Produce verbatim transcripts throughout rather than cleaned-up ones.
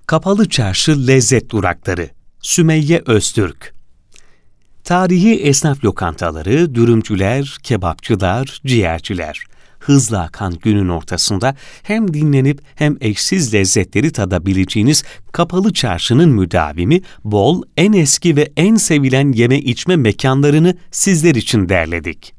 Kapalı Çarşı lezzet durakları. Sümeyye Öztürk. Tarihi esnaf lokantaları, dürümcüler, kebapçılar, ciğerciler. Hızla akan günün ortasında hem dinlenip hem eşsiz lezzetleri tadabileceğiniz Kapalı Çarşı'nın müdavimi, bol, en eski ve en sevilen yeme içme mekanlarını sizler için derledik.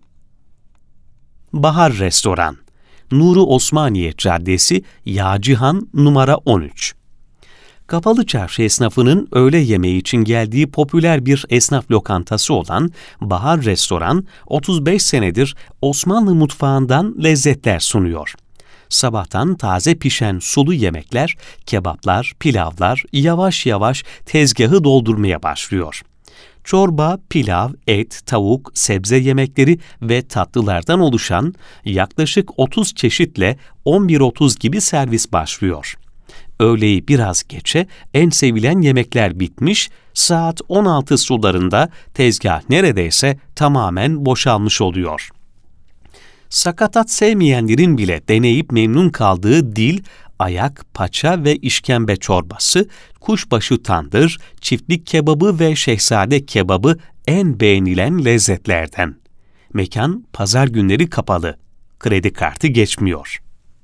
Bahar Restoran, Nuri Osmaniye Caddesi, Yağcıhan numara on üç. Kapalı Çarşı esnafının öğle yemeği için geldiği popüler bir esnaf lokantası olan Bahar Restoran, otuz beş senedir Osmanlı mutfağından lezzetler sunuyor. Sabahtan taze pişen sulu yemekler, kebaplar, pilavlar yavaş yavaş tezgahı doldurmaya başlıyor. Çorba, pilav, et, tavuk, sebze yemekleri ve tatlılardan oluşan yaklaşık otuz çeşitle on bir otuz gibi servis başlıyor. Öğleyi biraz geçe en sevilen yemekler bitmiş, saat on altı sularında tezgah neredeyse tamamen boşalmış oluyor. Sakatat sevmeyenlerin bile deneyip memnun kaldığı dil, ayak, paça ve işkembe çorbası, kuşbaşı tandır, çiftlik kebabı ve şehzade kebabı en beğenilen lezzetlerden. Mekan pazar günleri kapalı, kredi kartı geçmiyor.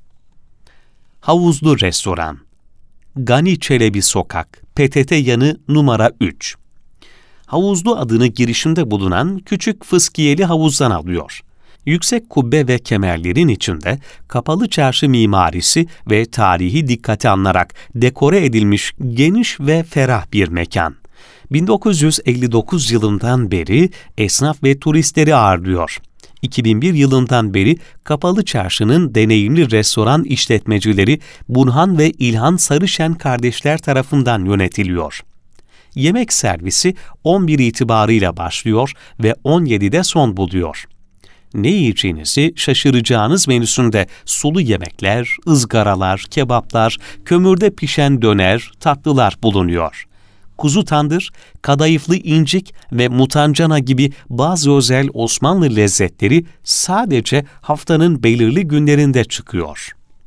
Havuzlu Restoran, Gani Çelebi Sokak, P T T yanı numara üç. Havuzlu adını girişinde bulunan küçük fıskiyeli havuzdan alıyor. Yüksek kubbe ve kemerlerin içinde Kapalı Çarşı mimarisi ve tarihi dikkate alınarak dekore edilmiş geniş ve ferah bir mekan. bin dokuz yüz elli dokuz yılından beri esnaf ve turistleri ağırlıyor. iki bin bir yılından beri Kapalı Çarşı'nın deneyimli restoran işletmecileri Burhan ve İlhan Sarışen kardeşler tarafından yönetiliyor. Yemek servisi on bir itibarıyla başlıyor ve on yedide son buluyor. Ne yiyeceğinizi şaşıracağınız menüsünde sulu yemekler, ızgaralar, kebaplar, kömürde pişen döner, tatlılar bulunuyor. Kuzu tandır, kadayıflı incik ve mutancana gibi bazı özel Osmanlı lezzetleri sadece haftanın belirli günlerinde çıkıyor.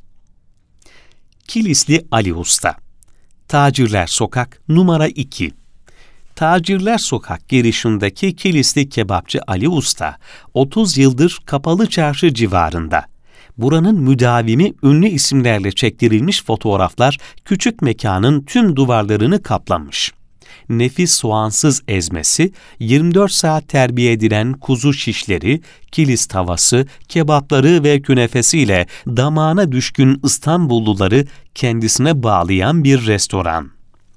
Kilisli Ali Usta, Tacirler Sokak numara iki. Tacirler Sokak girişindeki Kilisli Kebapçı Ali Usta, otuz yıldır Kapalı Çarşı civarında. Buranın müdavimi ünlü isimlerle çektirilmiş fotoğraflar küçük mekanın tüm duvarlarını kaplamış. Nefis soğansız ezmesi, yirmi dört saat terbiye edilen kuzu şişleri, kilis tavası, kebapları ve künefesiyle damağına düşkün İstanbulluları kendisine bağlayan bir restoran.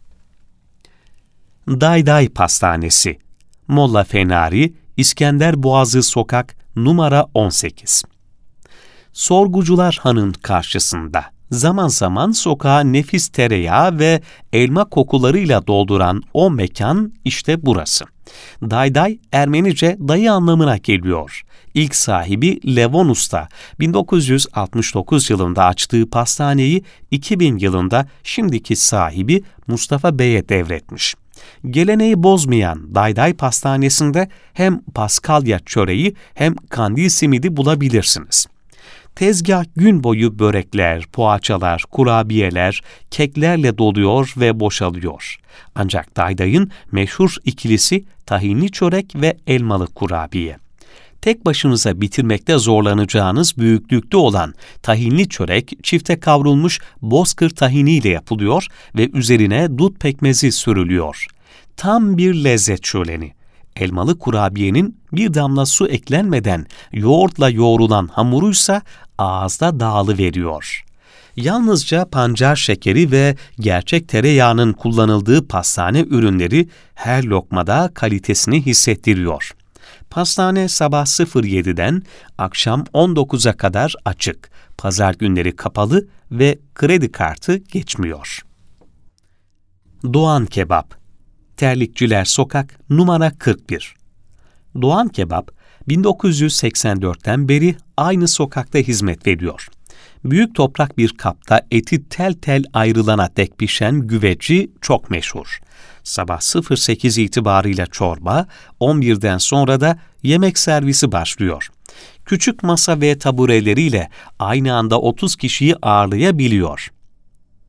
Dayday Pastanesi, Molla Fenari, İskenderboğazı Sokak numara on sekiz. Sorgucular Han'ın karşısında zaman zaman sokağa nefis tereyağı ve elma kokularıyla dolduran o mekan işte burası. Dayday, Ermenice dayı anlamına geliyor. İlk sahibi Levon Usta, bin dokuz yüz altmış dokuz yılında açtığı pastaneyi iki bin yılında şimdiki sahibi Mustafa Bey'e devretmiş. Geleneği bozmayan Dayday Pastanesi'nde hem paskalya çöreği hem kandil simidi bulabilirsiniz. Tezgah gün boyu börekler, poğaçalar, kurabiyeler, keklerle doluyor ve boşalıyor. Ancak Dayday'ın meşhur ikilisi tahinli çörek ve elmalı kurabiye. Tek başınıza bitirmekte zorlanacağınız büyüklükte olan tahinli çörek çifte kavrulmuş bozkır tahiniyle yapılıyor ve üzerine dut pekmezi sürülüyor. Tam bir lezzet şöleni. Elmalı kurabiyenin bir damla su eklenmeden yoğurtla yoğrulan hamuruysa ağızda dağılıveriyor. Yalnızca pancar şekeri ve gerçek tereyağının kullanıldığı pastane ürünleri her lokmada kalitesini hissettiriyor. Pastane sabah sıfır yediden akşam on dokuza kadar açık, pazar günleri kapalı ve kredi kartı geçmiyor. Doğan Kebap, Terlikçiler Sokak numara kırk bir. Doğan Kebap, bin dokuz yüz seksen dörtten beri aynı sokakta hizmet veriyor. Büyük toprak bir kapta eti tel tel ayrılana dek pişen güveci çok meşhur. Sabah sıfır sekiz itibarıyla çorba, on birden sonra da yemek servisi başlıyor. Küçük masa ve tabureleriyle aynı anda otuz kişiyi ağırlayabiliyor.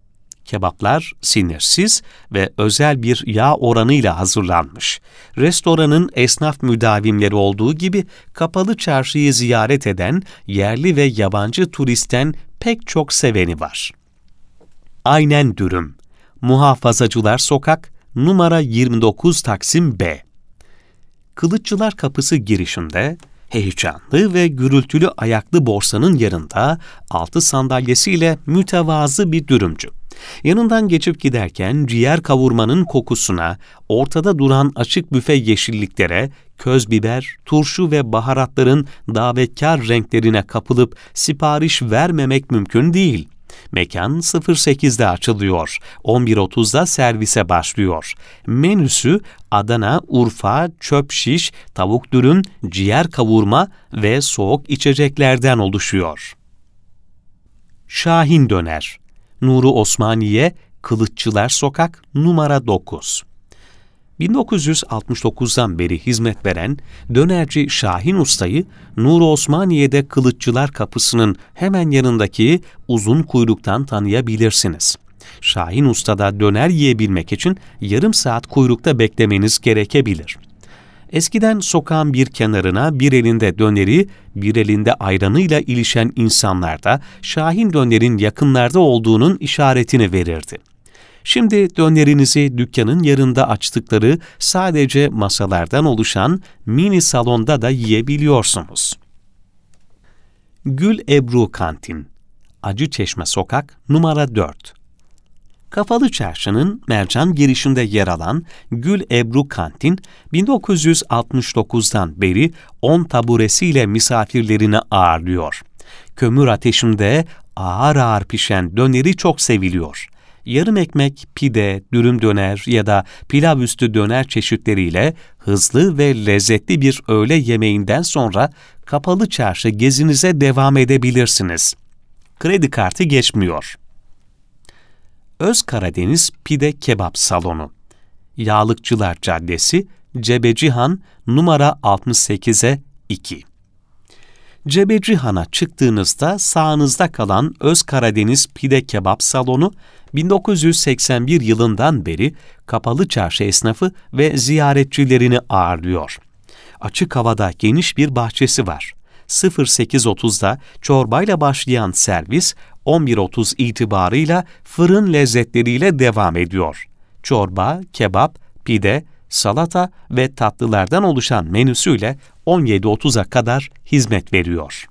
Kebaplar sinirsiz ve özel bir yağ oranıyla hazırlanmış. Restoranın esnaf müdavimleri olduğu gibi Kapalı Çarşı'yı ziyaret eden yerli ve yabancı turistten pek çok seveni var. Aynen Dürüm, Muhafazacılar Sokak, numara yirmi dokuz Taksim B. Kılıççılar Kapısı girişinde heyecanlı ve gürültülü ayaklı borsanın yanında altı sandalyesiyle mütevazı bir dürümcü. Yanından geçip giderken ciğer kavurmanın kokusuna, ortada duran açık büfe yeşilliklere, köz biber, turşu ve baharatların davetkar renklerine kapılıp sipariş vermemek mümkün değil. Mekan sıfır sekizde açılıyor, on bir otuzda servise başlıyor. Menüsü Adana, Urfa, çöp şiş, tavuk dürüm, ciğer kavurma ve soğuk içeceklerden oluşuyor. Şahin Döner, Nuri Osmaniye, Kılıççılar Sokak, numara dokuz. bin dokuz yüz altmış dokuzdan beri hizmet veren dönerci Şahin Usta'yı Nuri Osmaniye'de Kılıççılar Kapısı'nın hemen yanındaki uzun kuyruktan tanıyabilirsiniz. Şahin Usta'da döner yiyebilmek için yarım saat kuyrukta beklemeniz gerekebilir. Eskiden sokağın bir kenarına bir elinde döneri, bir elinde ayranıyla ilişen insanlar da Şahin Döner'in yakınlarda olduğunun işaretini verirdi. Şimdi dönerinizi dükkanın yanında açtıkları sadece masalardan oluşan mini salonda da yiyebiliyorsunuz. Gül Ebru Kantin, Acıçeşme Sokak, numara dört. Kapalı Çarşı'nın mercan girişinde yer alan Gül Ebru Kantin, bin dokuz yüz altmış dokuzdan beri on taburesiyle misafirlerini ağırlıyor. Kömür ateşinde ağır ağır pişen döneri çok seviliyor. Yarım ekmek, pide, dürüm döner ya da pilav üstü döner çeşitleriyle hızlı ve lezzetli bir öğle yemeğinden sonra Kapalı Çarşı gezinize devam edebilirsiniz. Kredi kartı geçmiyor. Öz Karadeniz Pide Kebap Salonu, Yağlıkçılar Caddesi, Cebecihan, numara altmış sekize iki. Cebecihan'a çıktığınızda sağınızda kalan Öz Karadeniz Pide Kebap Salonu, bin dokuz yüz seksen bir yılından beri Kapalı Çarşı esnafı ve ziyaretçilerini ağırlıyor. Açık havada geniş bir bahçesi var. sıfır sekiz otuzda çorbayla başlayan servis, on bir otuz itibarıyla fırın lezzetleriyle devam ediyor. Çorba, kebap, pide, salata ve tatlılardan oluşan menüsüyle on yedi otuza kadar hizmet veriyor.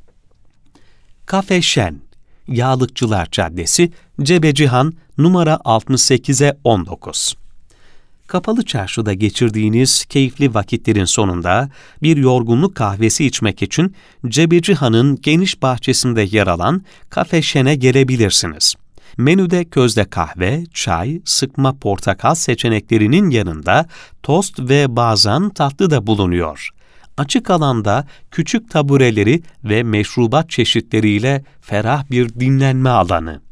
Kafe Şen, Yağlıkçılar Caddesi, Cebecihan, numara altmış sekize on dokuz. Kapalı Çarşı'da geçirdiğiniz keyifli vakitlerin sonunda bir yorgunluk kahvesi içmek için Cebecihan'ın geniş bahçesinde yer alan Kafe Şen'e gelebilirsiniz. Menüde közde kahve, çay, sıkma portakal seçeneklerinin yanında tost ve bazen tatlı da bulunuyor. Açık alanda küçük tabureleri ve meşrubat çeşitleriyle ferah bir dinlenme alanı.